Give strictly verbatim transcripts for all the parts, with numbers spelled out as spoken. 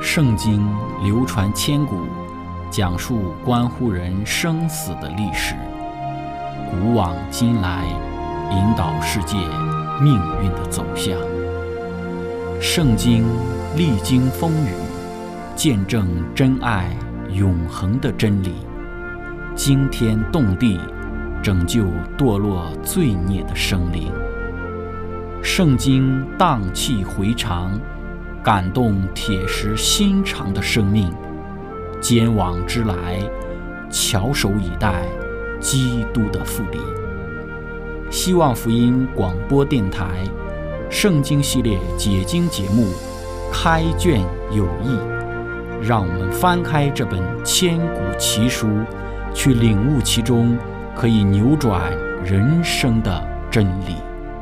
圣经流传千古，讲述关乎人生死的历史，古往今来，引导世界命运的走向。圣经历经风雨，见证真爱永恒的真理，惊天动地，拯救堕落罪孽的生灵。圣经荡气回肠，感动铁石心肠的生命，坚往之来，翘首以待基督的复临。希望福音广播电台圣经系列解经节目开卷有益，让我们翻开这本千古奇书，去领悟其中可以扭转人生的真理。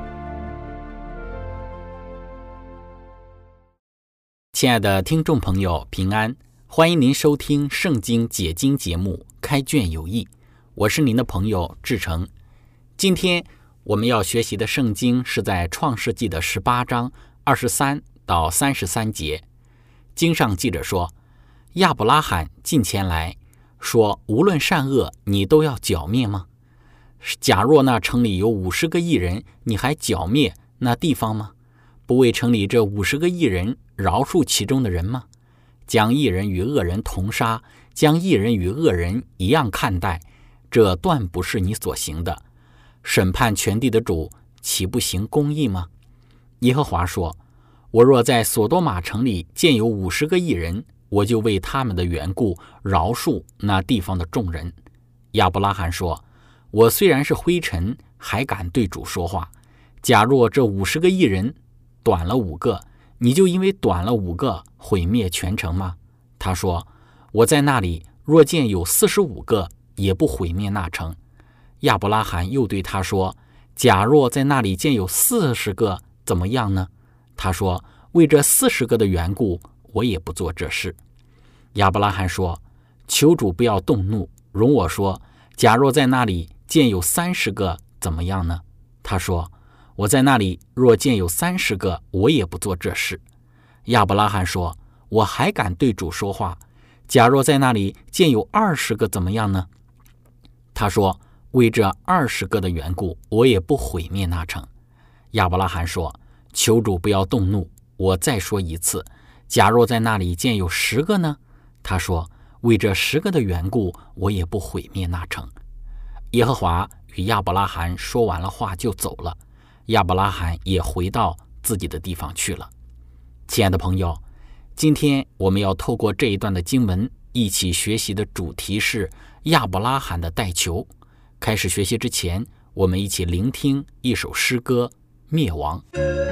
亲爱的听众朋友，平安，欢迎您收听圣经解经节目开卷有益，我是您的朋友志成。今天我们要学习的圣经是在创世纪的十八章二十三到三十三节。经上记着说，亚伯拉罕近前来说，无论善恶，你都要剿灭吗？假若那城里有五十个义人，你还剿灭那地方吗？不为城里这五十个义人饶恕其中的人吗？将义人与恶人同杀，将义人与恶人一样看待，这断不是你所行的。审判全地的主，岂不行公义吗？耶和华说，我若在所多玛城里见有五十个义人，我就为他们的缘故饶恕那地方的众人。亚伯拉罕说，我虽然是灰尘，还敢对主说话。假若这五十个义人短了五个，你就因为短了五个毁灭全城吗？他说，我在那里若见有四十五个，也不毁灭那城。亚伯拉罕又对他说，假若在那里见有四十个，怎么样呢？他说，为这四十个的缘故，我也不做这事。亚伯拉罕说，求主不要动怒，容我说，假若在那里见有三十个，怎么样呢？他说，我在那里若见有三十个，我也不做这事。亚伯拉罕说，我还敢对主说话，假若在那里见有二十个，怎么样呢？他说，为这二十个的缘故，我也不毁灭那城。亚伯拉罕说，求主不要动怒，我再说一次，假若在那里见有十个呢？他说，为这十个的缘故，我也不毁灭那城。耶和华与亚伯拉罕说完了话就走了，亚伯拉罕也回到自己的地方去了。亲爱的朋友，今天我们要透过这一段的经文一起学习的主题是亚伯拉罕的代求。开始学习之前，我们一起聆听一首诗歌《灭亡》。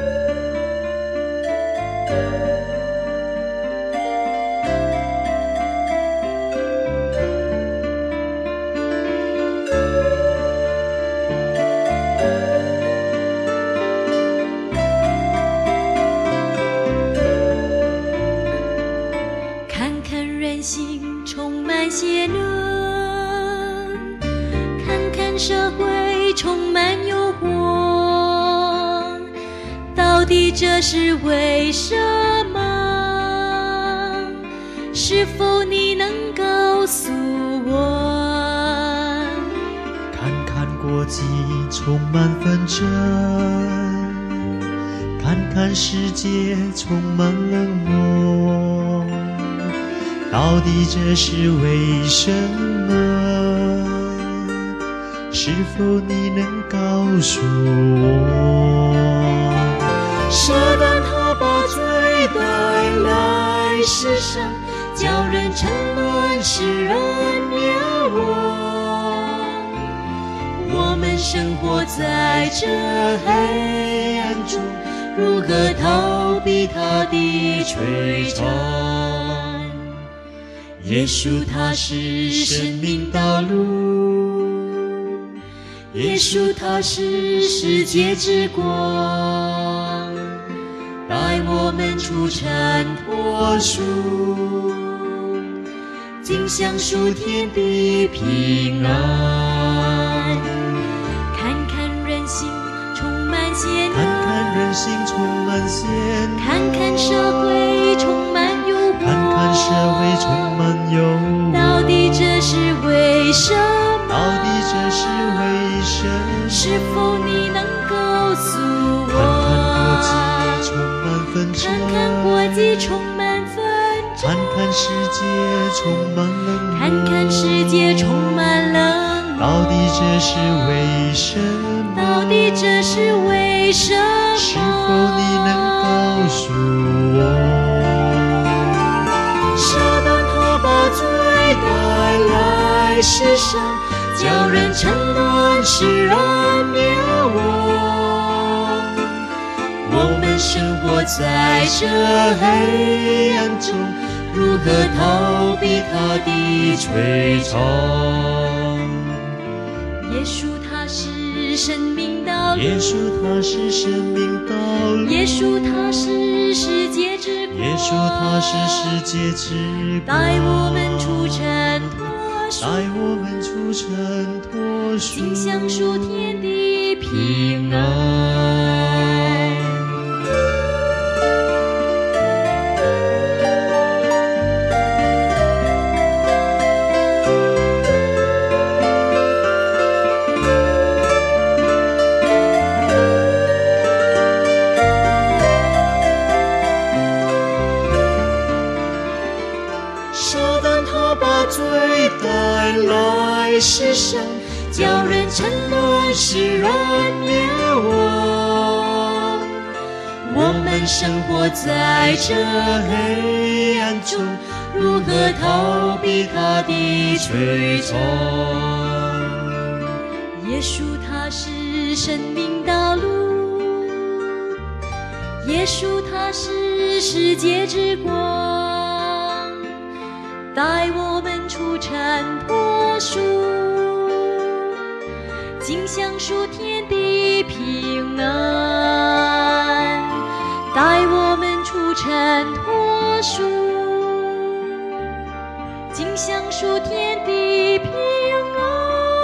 看看人心充满邪恶，看看社会充满诱惑，到底这是为什么？是否你能告诉我？ 看看国际充满纷争，看看世界充满冷漠，到底这是为什么？是否你能告诉我？ 撒旦他把罪带来世上，叫人沉沦，使人灭亡。我们生活在这黑暗中，如何逃避他的摧残？耶稣他是生命道路，耶稣他是世界之光，带我们出产脱俗，尽享属天的平安。看看人心充满邪恶， 看看人心充满险恶， 看看社会充满诱惑， 看充满纷争， 看看世界充满冷漠， 看看世界充满冷漠， 到底这是为什么？ 到底这是为什么？ 是否你能告诉我？ 撒旦他把罪带来世上，叫人沉沦，使人灭亡。我们生活在这黑暗中，如何逃避他的摧残？耶稣他是生命道路， 耶稣他是生命道路， 耶稣他是世界之光， 耶稣他是世界之光， 带我们出尘脱俗， 带我们出尘脱俗， 尽享属天的平安。世上叫人沉沦，使人灭亡。我们生活在这黑暗中，如何逃避他的摧残？耶稣他是生命道路，耶稣他是世界之光，带我们出尘脱俗，尽享属天的平安，带我们出尘脱俗，尽享属天的平安。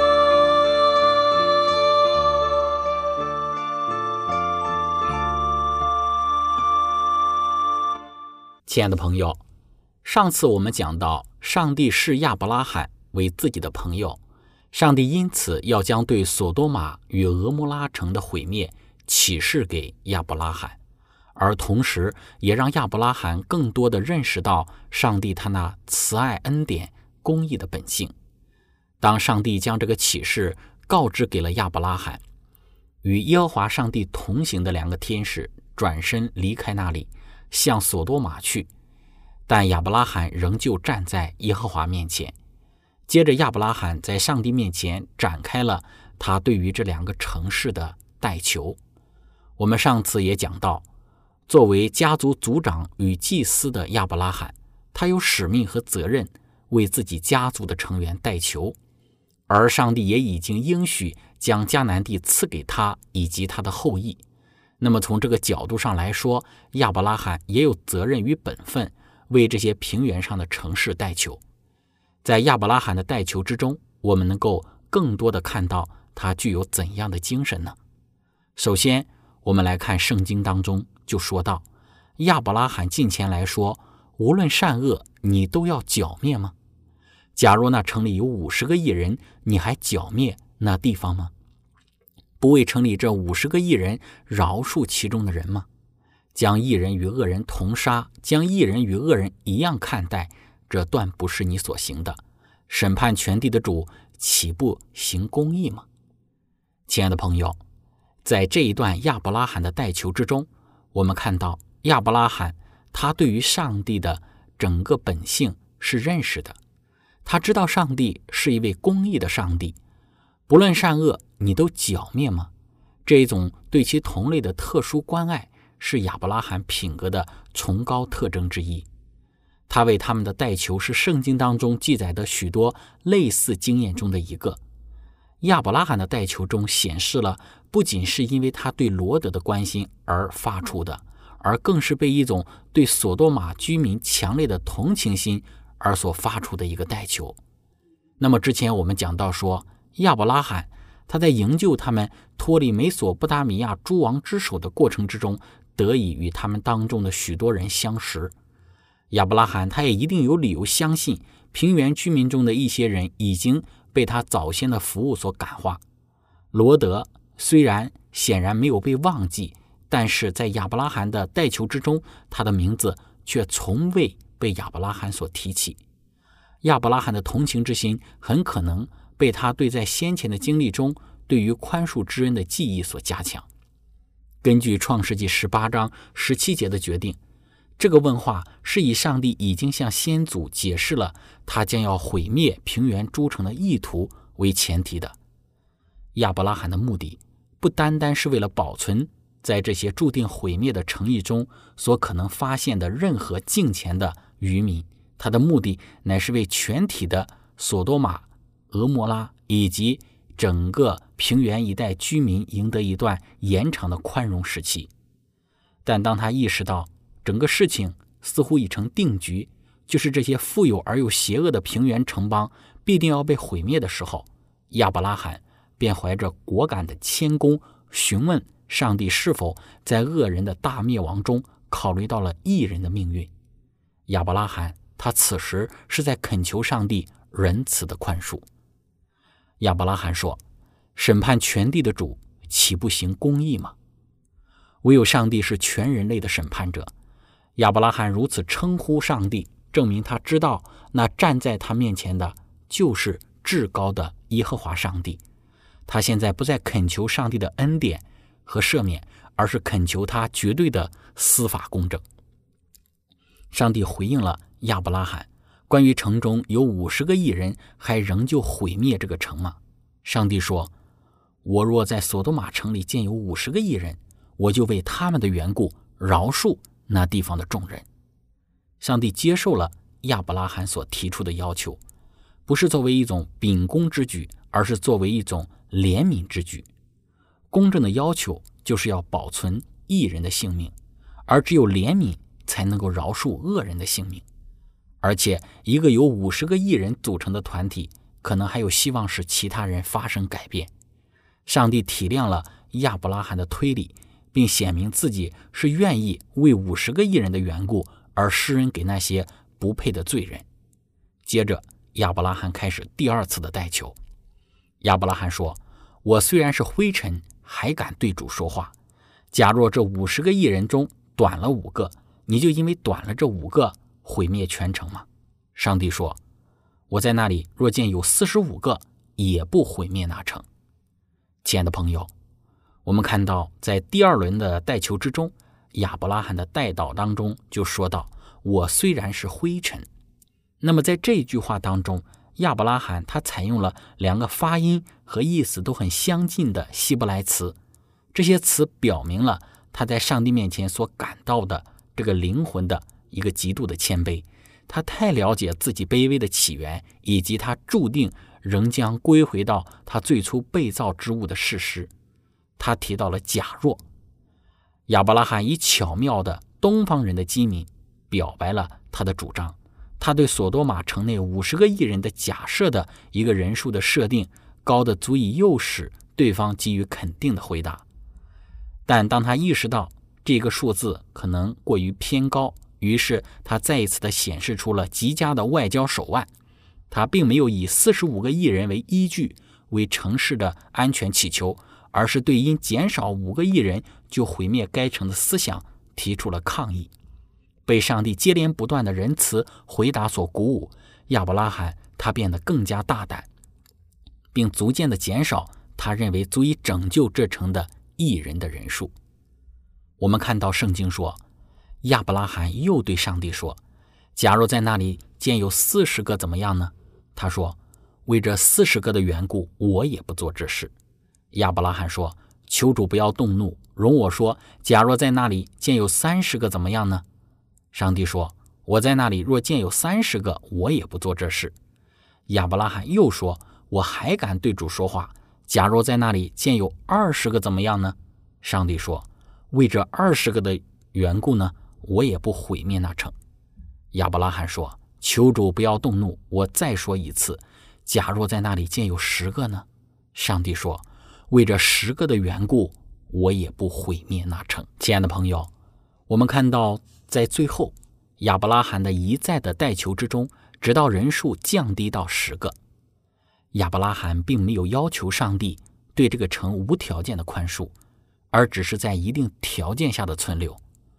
亲爱的朋友，上次我们讲到，上帝视亚伯拉罕为自己的朋友，上帝因此要将对所多玛与俄摩拉城的毁灭启示给亚伯拉罕，而同时也让亚伯拉罕更多地认识到上帝他那慈爱恩典公义的本性。当上帝将这个启示告知给了亚伯拉罕，与耶和华上帝同行的两个天使转身离开那里，向所多玛去，但亚伯拉罕仍旧站在耶和华面前。接着亚伯拉罕在上帝面前展开了他对于这两个城市的代求。我们上次也讲到，作为家族族长与祭司的亚伯拉罕，他有使命和责任为自己家族的成员代求，而上帝也已经应许将迦南地赐给他以及他的后裔。那么从这个角度上来说，亚伯拉罕也有责任与本分为这些平原上的城市代求。在亚伯拉罕的代求之中，我们能够更多的看到他具有怎样的精神呢？首先，我们来看圣经当中就说到，亚伯拉罕近前来说，无论善恶，你都要剿灭吗？假如那城里有五十个义人，你还剿灭那地方吗？不为城里这五十个义人饶恕其中的人吗？将义人与恶人同杀，将义人与恶人一样看待，这断不是你所行的。审判全地的主岂不行公义吗？亲爱的朋友，在这一段亚伯拉罕的代求之中，我们看到亚伯拉罕他对于上帝的整个本性是认识的，他知道上帝是一位公义的上帝，不论善恶，你都剿灭吗？这一种对其同类的特殊关爱是亚伯拉罕品格的崇高特征之一。他为他们的代求是圣经当中记载的许多类似经验中的一个。亚伯拉罕的代求中显示了不仅是因为他对罗得的关心而发出的，而更是被一种对所多玛居民强烈的同情心而所发出的一个代求。那么之前我们讲到说，亚伯拉罕他在营救他们脱离美索不达米亚诸王之手的过程之中，得以与他们当中的许多人相识。亚伯拉罕他也一定有理由相信，平原居民中的一些人已经被他早先的服务所感化。罗得虽然显然没有被忘记，但是在亚伯拉罕的代求之中，他的名字却从未被亚伯拉罕所提起。亚伯拉罕的同情之心很可能被他对在先前的经历中对于宽恕之恩的记忆所加强。根据创世纪十八章十七节的决定，这个问话是以上帝已经向先祖解释了他将要毁灭平原诸城的意图为前提的。亚伯拉罕的目的不单单是为了保存在这些注定毁灭的城邑中所可能发现的任何敬虔的渔民，他的目的乃是为全体的索多玛、俄摩拉以及整个平原一带居民赢得一段延长的宽容时期。但当他意识到整个事情似乎已成定局，就是这些富有而又邪恶的平原城邦必定要被毁灭的时候，亚伯拉罕便怀着果敢的谦恭询问上帝是否在恶人的大灭亡中考虑到了义人的命运。亚伯拉罕他此时是在恳求上帝仁慈的宽恕。亚伯拉罕说，审判全地的主岂不行公义吗？唯有上帝是全人类的审判者。亚伯拉罕如此称呼上帝，证明他知道那站在他面前的就是至高的耶和华上帝。他现在不再恳求上帝的恩典和赦免，而是恳求他绝对的司法公正。上帝回应了亚伯拉罕关于城中有五十个义人还仍旧毁灭这个城吗？上帝说，我若在索多玛城里见有五十个义人，我就为他们的缘故饶恕那地方的众人。上帝接受了亚伯拉罕所提出的要求，不是作为一种秉公之举，而是作为一种怜悯之举。公正的要求就是要保存义人的性命，而只有怜悯才能够饶恕恶人的性命。而且一个由五十个义人组成的团体，可能还有希望使其他人发生改变。上帝体谅了亚伯拉罕的推理，并显明自己是愿意为五十个义人的缘故而施恩给那些不配的罪人。接着亚伯拉罕开始第二次的代求。亚伯拉罕说，我虽然是灰尘，还敢对主说话。假若这五十个义人中短了五个，你就因为短了这五个毁灭全城吗？上帝说，我在那里若见有四十五个，也不毁灭那城。亲爱的朋友，我们看到在第二轮的代求之中，亚伯拉罕的代祷当中就说到，我虽然是灰尘。那么在这句话当中，亚伯拉罕他采用了两个发音和意思都很相近的希伯来词，这些词表明了他在上帝面前所感到的这个灵魂的一个极度的谦卑。他太了解自己卑微的起源，以及他注定仍将归回到他最初被造之物的事实。他提到了假若。亚伯拉罕以巧妙的东方人的机敏表白了他的主张。他对索多玛城内五十个义人的假设的一个人数的设定高得足以诱使对方给予肯定的回答。但当他意识到这个数字可能过于偏高，于是他再一次的显示出了极佳的外交手腕。他并没有以四十五个义人为依据为城市的安全祈求，而是对因减少五个义人就毁灭该城的思想提出了抗议。被上帝接连不断的仁慈回答所鼓舞，亚伯拉罕他变得更加大胆，并逐渐的减少他认为足以拯救这城的义人的人数。我们看到圣经说，亚伯拉罕又对上帝说，假如在那里见有四十个怎么样呢？他说，为这四十个的缘故，我也不做这事。亚伯拉罕说，求主不要动怒，容我说，假若在那里见有三十个怎么样呢？上帝说，我在那里若见有三十个，我也不做这事。亚伯拉罕又说，我还敢对主说话，假若在那里见有二十个怎么样呢？上帝说，为这二十个的缘故呢，我也不毁灭那城。亚伯拉罕说，求主不要动怒，我再说一次，假若在那里见有十个呢？上帝说，为这十个的缘故，我也不毁灭那城。亲爱的朋友，我们看到在最后亚伯拉罕的一再的代求之中，直到人数降低到十个。亚伯拉罕并没有要求上帝对这个城无条件的宽恕，而只是在一定条件下的存留。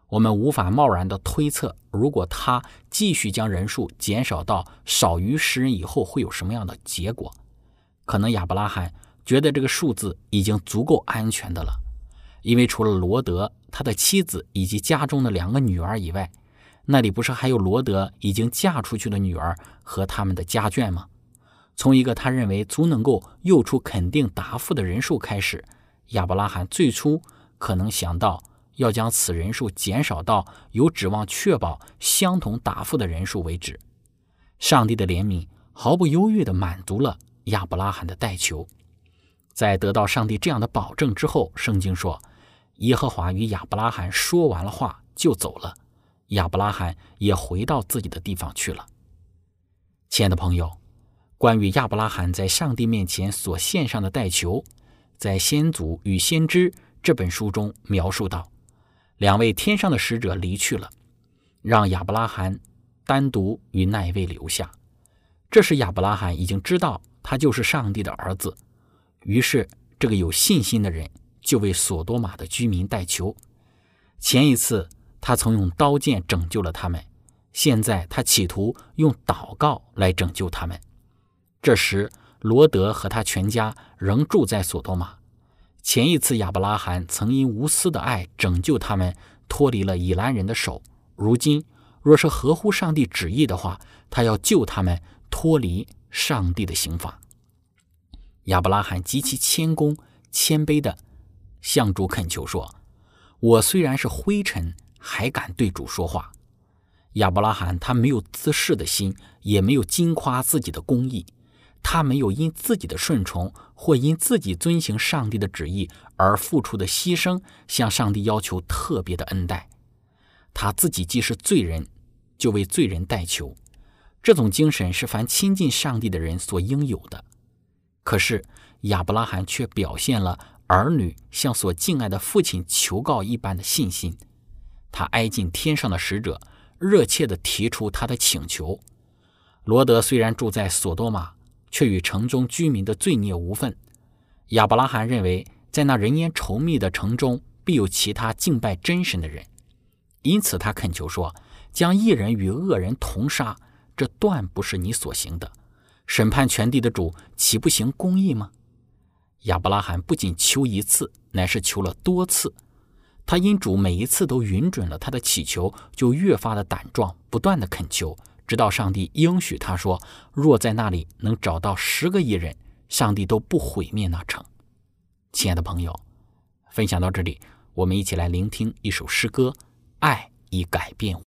我们无法贸然的推测，如果他继续将人数减少到少于十人以后会有什么样的结果。可能亚伯拉罕觉得这个数字已经足够安全的了，因为除了罗德、他的妻子以及家中的两个女儿以外，那里不是还有罗德已经嫁出去的女儿和他们的家眷吗？从一个他认为足能够诱出肯定答复的人数开始，亚伯拉罕最初可能想到要将此人数减少到有指望确保相同答复的人数为止。上帝的怜悯毫不犹豫地满足了亚伯拉罕的代求。在得到上帝这样的保证之后，圣经说，耶和华与亚伯拉罕说完了话就走了，亚伯拉罕也回到自己的地方去了。亲爱的朋友，关于亚伯拉罕在上帝面前所献上的代求，在《先祖与先知》这本书中描述到，两位天上的使者离去了，让亚伯拉罕单独与那一位留下。这时亚伯拉罕已经知道他就是上帝的儿子，于是这个有信心的人就为索多玛的居民代求。前一次他曾用刀剑拯救了他们，现在他企图用祷告来拯救他们。这时罗德和他全家仍住在索多玛。前一次亚伯拉罕曾因无私的爱拯救他们脱离了以兰人的手，如今若是合乎上帝旨意的话，他要救他们脱离上帝的刑罚。亚伯拉罕极其谦恭谦卑地向主恳求说，我虽然是灰尘，还敢对主说话。亚伯拉罕他没有自恃的心，也没有矜夸自己的公义，他没有因自己的顺从或因自己遵行上帝的旨意而付出的牺牲向上帝要求特别的恩待。他自己既是罪人，就为罪人代求，这种精神是凡亲近上帝的人所应有的。可是亚伯拉罕却表现了儿女向所敬爱的父亲求告一般的信心。他挨近天上的使者，热切地提出他的请求。罗德虽然住在索多玛，却与城中居民的罪孽无分。亚伯拉罕认为在那人烟稠密的城中必有其他敬拜真神的人，因此他恳求说，将义人与恶人同杀，这断不是你所行的。审判全地的主岂不行公义吗？亚伯拉罕不仅求一次，乃是求了多次。他因主每一次都允准了他的祈求，就越发的胆壮，不断的恳求，直到上帝应许他说，若在那里能找到十个义人，上帝都不毁灭那城。亲爱的朋友，分享到这里，我们一起来聆听一首诗歌，爱已改变我。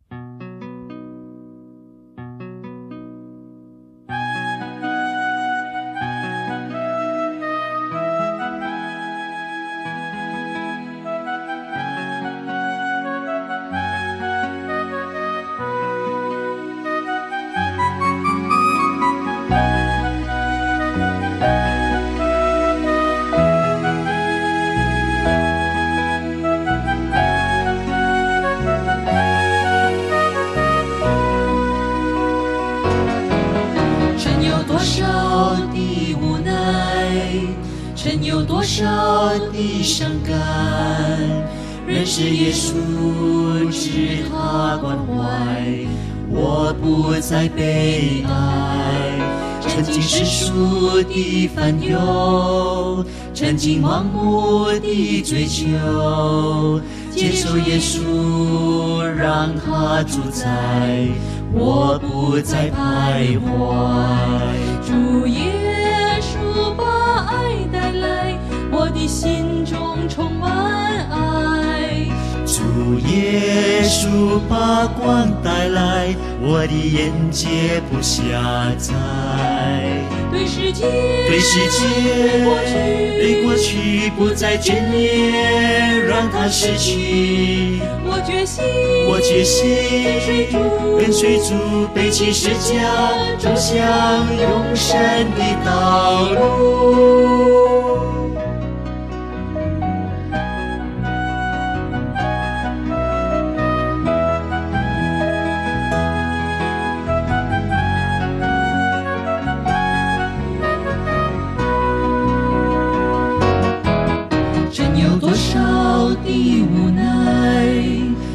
曾有多少的伤感，认识耶稣，知他关怀，我不再悲哀。曾经世俗的烦忧，曾经盲目的追求，接受耶稣，让他主宰，我不再徘徊。主耶稣把爱带来，我的心中充满爱。主耶稣把光带来，我的眼界不狭窄。对世界，对世界，对过去不再眷恋，让它逝去。我决心，我决心跟随主，跟随主，背起十架，走向永生的道路。曾有多少的无奈，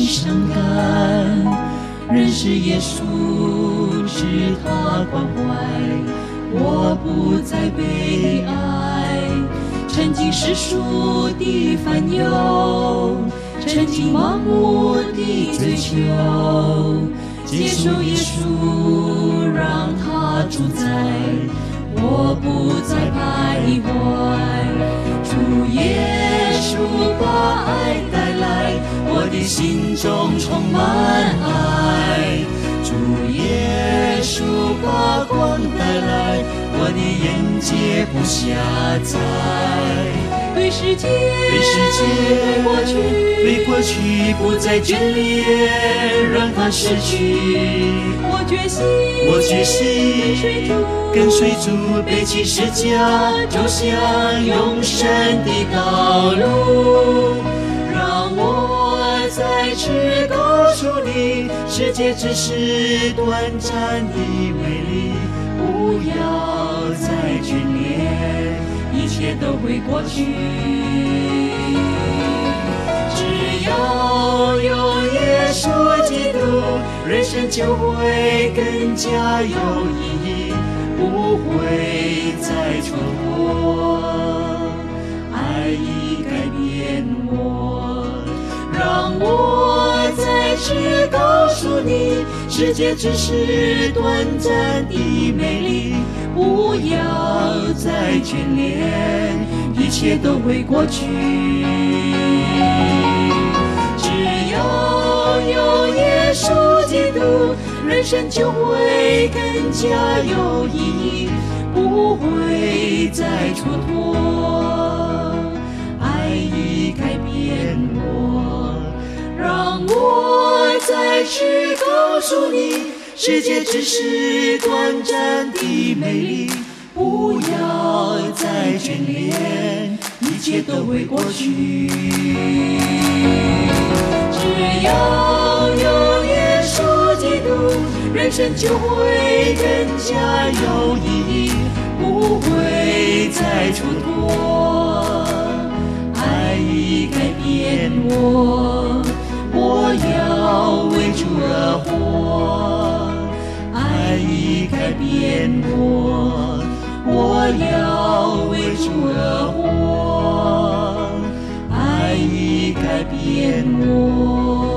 伤感。认识耶稣，是他关怀，我不再悲哀。曾经世俗的烦忧，曾经盲目的追求，接受耶稣，让他主宰，我不再徘徊。主耶稣把爱带来，我的心中充满爱。主耶稣把光带来，我的眼界不狭窄。对世界，对世界，对过去，对过去不再眷恋，让它逝去。我决心，我决心跟随主，背起十架，走向永生的道路。让我再次告诉你，世界只是短暂的美丽，不要再眷恋，一切都会过去。只要有耶稣基督，人生就会更加有意义，不会再蹉跎。爱已改变我，让我再次告诉你，世界只是短暂的美丽，不要再眷恋，一切都会过去。只要有耶稣基督，人生就会更加有意义，不会再蹉跎。爱已改变我，让我再次告诉你，世界只是短暂的美丽，不要再眷恋，一切都会过去。只要有耶稣基督，人生就会更加有意义，不会再蹉跎。爱已改变我，我要为主而活。爱已改变我，我要为主而活。爱已改变我。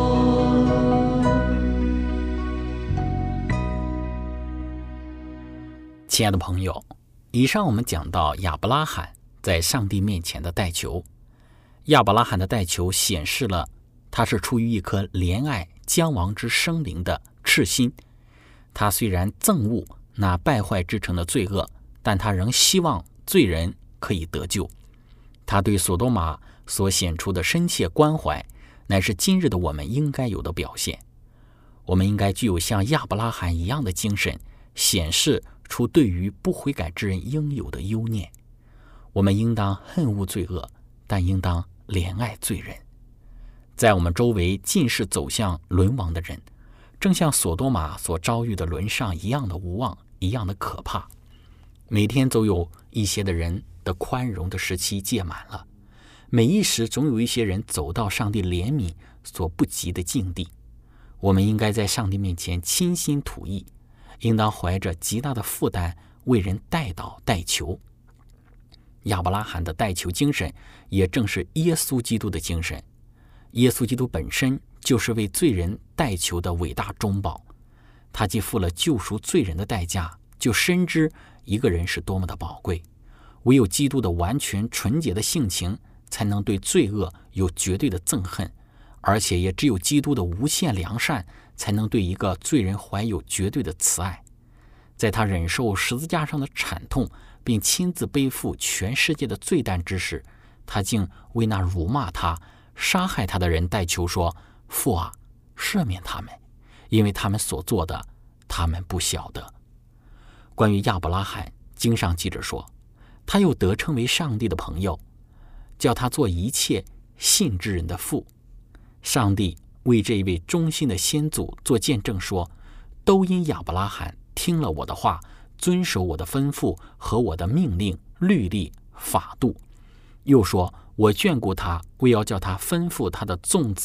亲爱的朋友，以上我们讲到亚伯拉罕在上帝面前的代求。亚伯拉罕的代求显示了他是出于一颗怜爱将亡之生灵的赤心。他虽然憎恶那败坏之城的罪恶，但他仍希望罪人可以得救。他对所多玛所显出的深切关怀，乃是今日的我们应该有的表现。我们应该具有像亚伯拉罕一样的精神，显示出对于不悔改之人应有的忧念。我们应当恨恶罪恶，但应当怜爱罪人。在我们周围尽是走向沦亡的人，正像所多玛所遭遇的沦丧一样的无望，一样的可怕。每天总有一些的人的宽容的时期届满了，每一时总有一些人走到上帝怜悯所不及的境地。我们应该在上帝面前倾心吐意，应当怀着极大的负担为人代祷代求。亚伯拉罕的代求精神也正是耶稣基督的精神。耶稣基督本身就是为罪人代求的伟大中保，他既付了救赎罪人的代价，就深知一个人是多么的宝贵。唯有基督的完全纯洁的性情，才能对罪恶有绝对的憎恨，而且也只有基督的无限良善，才能对一个罪人怀有绝对的慈爱。在他忍受十字架上的惨痛，并亲自背负全世界的罪担之时，他竟为那辱骂他、杀害他的人代求说：父啊，赦免他们，因为他们所做的，他们不晓得。关于亚伯拉罕，经上记着说，他又得称为上帝的朋友，叫他做一切信之人的父。上帝为这一位忠心的先祖做见证说，都因亚伯拉罕听了我的话，遵守我的吩咐和我的命令、律例、法度。又说，我眷顾他，为要叫他吩咐他的众子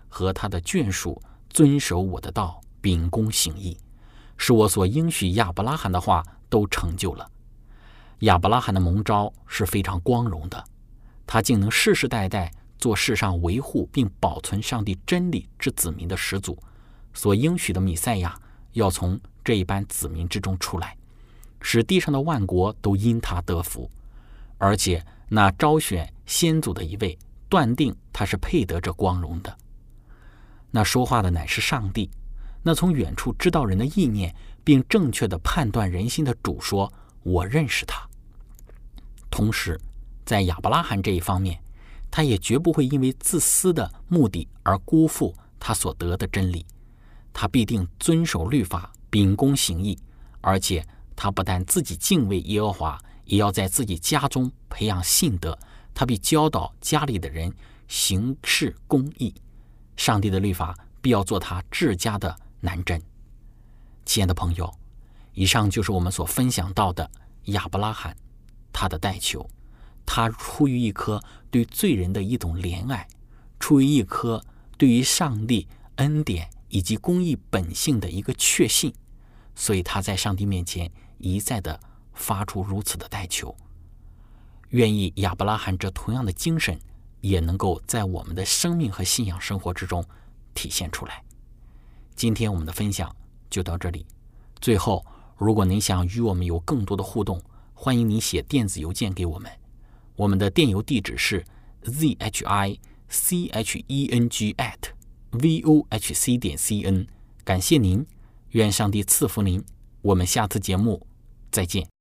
和他的眷属遵守我的道，秉公行义，使我所应许亚伯拉罕的话都成就了。亚伯拉罕的蒙召是非常光荣的，他竟能世世代代做世上维护并保存上帝真理之子民的始祖，所应许的弥赛亚要从这一般子民之中出来，使地上的万国都因他得福。而且那招选先祖的一位断定他是配得这光荣的。那说话的乃是上帝，那从远处知道人的意念，并正确地判断人心的主说，我认识他。同时在亚伯拉罕这一方面，他也绝不会因为自私的目的而辜负他所得的真理，他必定遵守律法，秉公行义，而且他不但自己敬畏耶和华，也要在自己家中培养信德，他必教导家里的人行事公义，上帝的律法必要做他治家的南针。亲爱的朋友，以上就是我们所分享到的亚伯拉罕他的代求，他出于一颗对罪人的一种怜爱，出于一颗对于上帝恩典以及公义本性的一个确信，所以他在上帝面前一再的发出如此的代求。愿意亚伯拉罕这同样的精神也能够在我们的生命和信仰生活之中体现出来。今天我们的分享就到这里。最后，如果您想与我们有更多的互动，欢迎您写电子邮件给我们。我们的电邮地址是 z h i c h e n g at v o h c 点 c n。感谢您，愿上帝赐福您。我们下次节目再见。